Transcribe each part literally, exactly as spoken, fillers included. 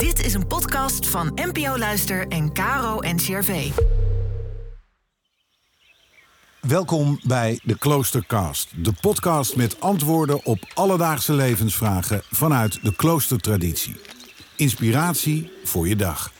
Dit is een podcast van N P O Luister en Caro N C R V. Welkom bij de Kloostercast, de podcast met antwoorden op alledaagse levensvragen vanuit de kloostertraditie. Inspiratie voor je dag.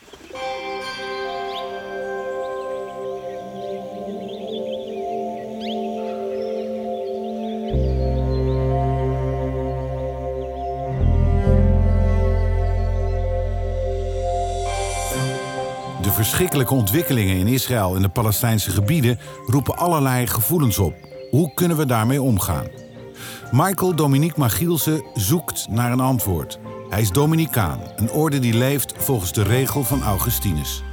De verschrikkelijke ontwikkelingen in Israël en de Palestijnse gebieden roepen allerlei gevoelens op. Hoe kunnen we daarmee omgaan? Michael Dominique Magielsen zoekt naar een antwoord. Hij is Dominicaan, een orde die leeft volgens de regel van Augustinus.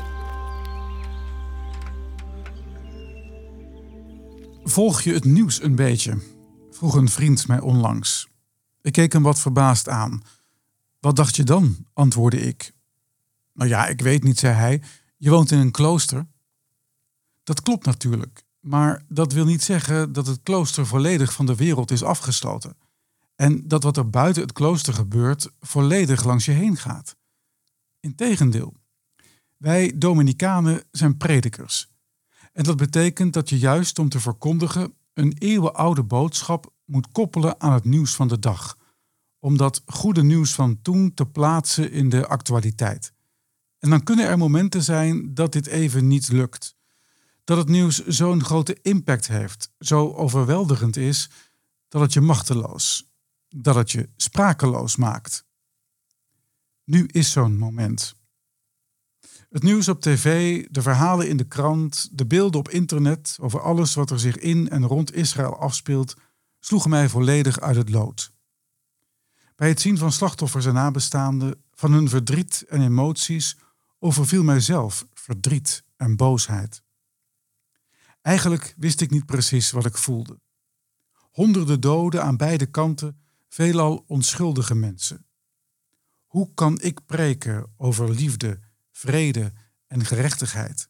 Volg je het nieuws een beetje? Vroeg een vriend mij onlangs. Ik keek hem wat verbaasd aan. Wat dacht je dan? Antwoordde ik. Nou ja, ik weet niet, zei hij. Je woont in een klooster. Dat klopt natuurlijk. Maar dat wil niet zeggen dat het klooster volledig van de wereld is afgesloten. En dat wat er buiten het klooster gebeurt volledig langs je heen gaat. Integendeel. Wij Dominicanen zijn predikers. En dat betekent dat je juist om te verkondigen een eeuwenoude boodschap moet koppelen aan het nieuws van de dag. Om dat goede nieuws van toen te plaatsen in de actualiteit. En dan kunnen er momenten zijn dat dit even niet lukt. Dat het nieuws zo'n grote impact heeft, zo overweldigend is, dat het je machteloos, dat het je sprakeloos maakt. Nu is zo'n moment. Het nieuws op tv, de verhalen in de krant, de beelden op internet over alles wat er zich in en rond Israël afspeelt, sloegen mij volledig uit het lood. Bij het zien van slachtoffers en nabestaanden, van hun verdriet en emoties, overviel mijzelf verdriet en boosheid. Eigenlijk wist ik niet precies wat ik voelde. Honderden doden aan beide kanten, veelal onschuldige mensen. Hoe kan ik preken over liefde, vrede en gerechtigheid?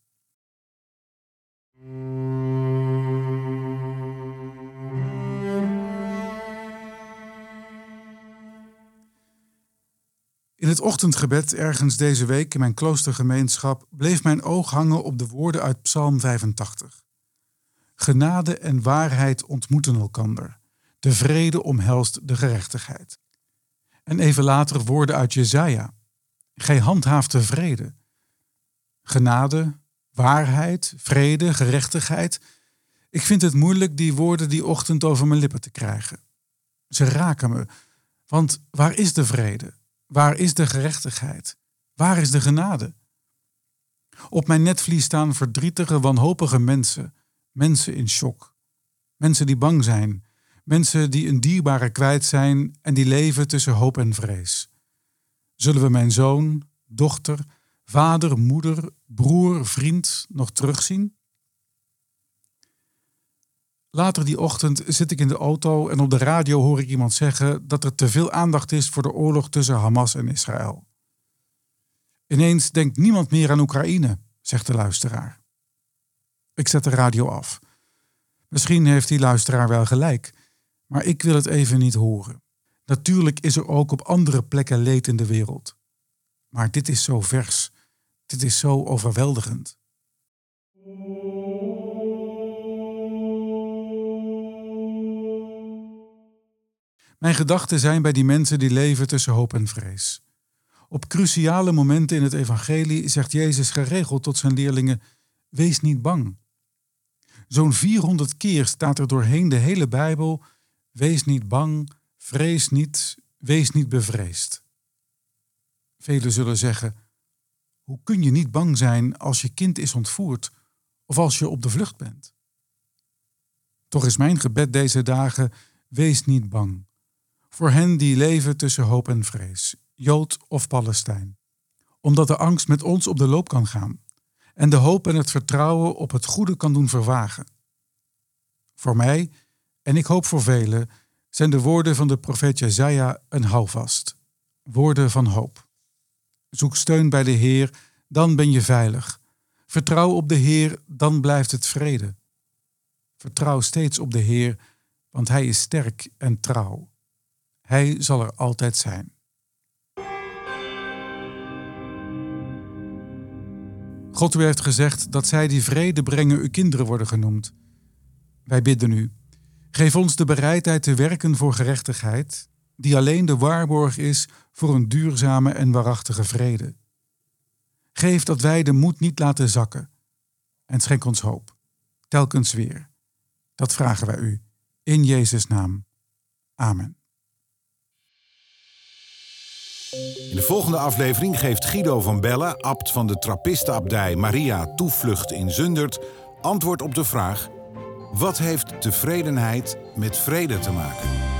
In het ochtendgebed ergens deze week in mijn kloostergemeenschap bleef mijn oog hangen op de woorden uit Psalm vijfentachtig. Genade en waarheid ontmoeten elkander. De vrede omhelst de gerechtigheid. En even later woorden uit Jesaja. Gij handhaaft de vrede. Genade, waarheid, vrede, gerechtigheid. Ik vind het moeilijk die woorden die ochtend over mijn lippen te krijgen. Ze raken me, want waar is de vrede? Waar is de gerechtigheid? Waar is de genade? Op mijn netvlies staan verdrietige, wanhopige mensen. Mensen in shock. Mensen die bang zijn. Mensen die een dierbare kwijt zijn en die leven tussen hoop en vrees. Zullen we mijn zoon, dochter, vader, moeder, broer, vriend nog terugzien? Later die ochtend zit ik in de auto en op de radio hoor ik iemand zeggen dat er te veel aandacht is voor de oorlog tussen Hamas en Israël. Ineens denkt niemand meer aan Oekraïne, zegt de luisteraar. Ik zet de radio af. Misschien heeft die luisteraar wel gelijk, maar ik wil het even niet horen. Natuurlijk is er ook op andere plekken leed in de wereld. Maar dit is zo vers. Dit is zo overweldigend. Mijn gedachten zijn bij die mensen die leven tussen hoop en vrees. Op cruciale momenten in het evangelie zegt Jezus geregeld tot zijn leerlingen: wees niet bang. Zo'n vierhonderd keer staat er doorheen de hele Bijbel: wees niet bang, vrees niet, wees niet bevreesd. Velen zullen zeggen: hoe kun je niet bang zijn als je kind is ontvoerd of als je op de vlucht bent? Toch is mijn gebed deze dagen: wees niet bang. Voor hen die leven tussen hoop en vrees, Jood of Palestijn. Omdat de angst met ons op de loop kan gaan en de hoop en het vertrouwen op het goede kan doen vervagen. Voor mij, en ik hoop voor velen, zijn de woorden van de profeet Jesaja een houvast. Woorden van hoop. Zoek steun bij de Heer, dan ben je veilig. Vertrouw op de Heer, dan blijft het vrede. Vertrouw steeds op de Heer, want Hij is sterk en trouw. Hij zal er altijd zijn. God, u heeft gezegd dat zij die vrede brengen uw kinderen worden genoemd. Wij bidden u, geef ons de bereidheid te werken voor gerechtigheid, die alleen de waarborg is voor een duurzame en waarachtige vrede. Geef dat wij de moed niet laten zakken en schenk ons hoop, telkens weer. Dat vragen wij u, in Jezus' naam. Amen. In de volgende aflevering geeft Guido van Belle, abt van de Trappistenabdij Maria Toevlucht in Zundert, antwoord op de vraag: wat heeft tevredenheid met vrede te maken?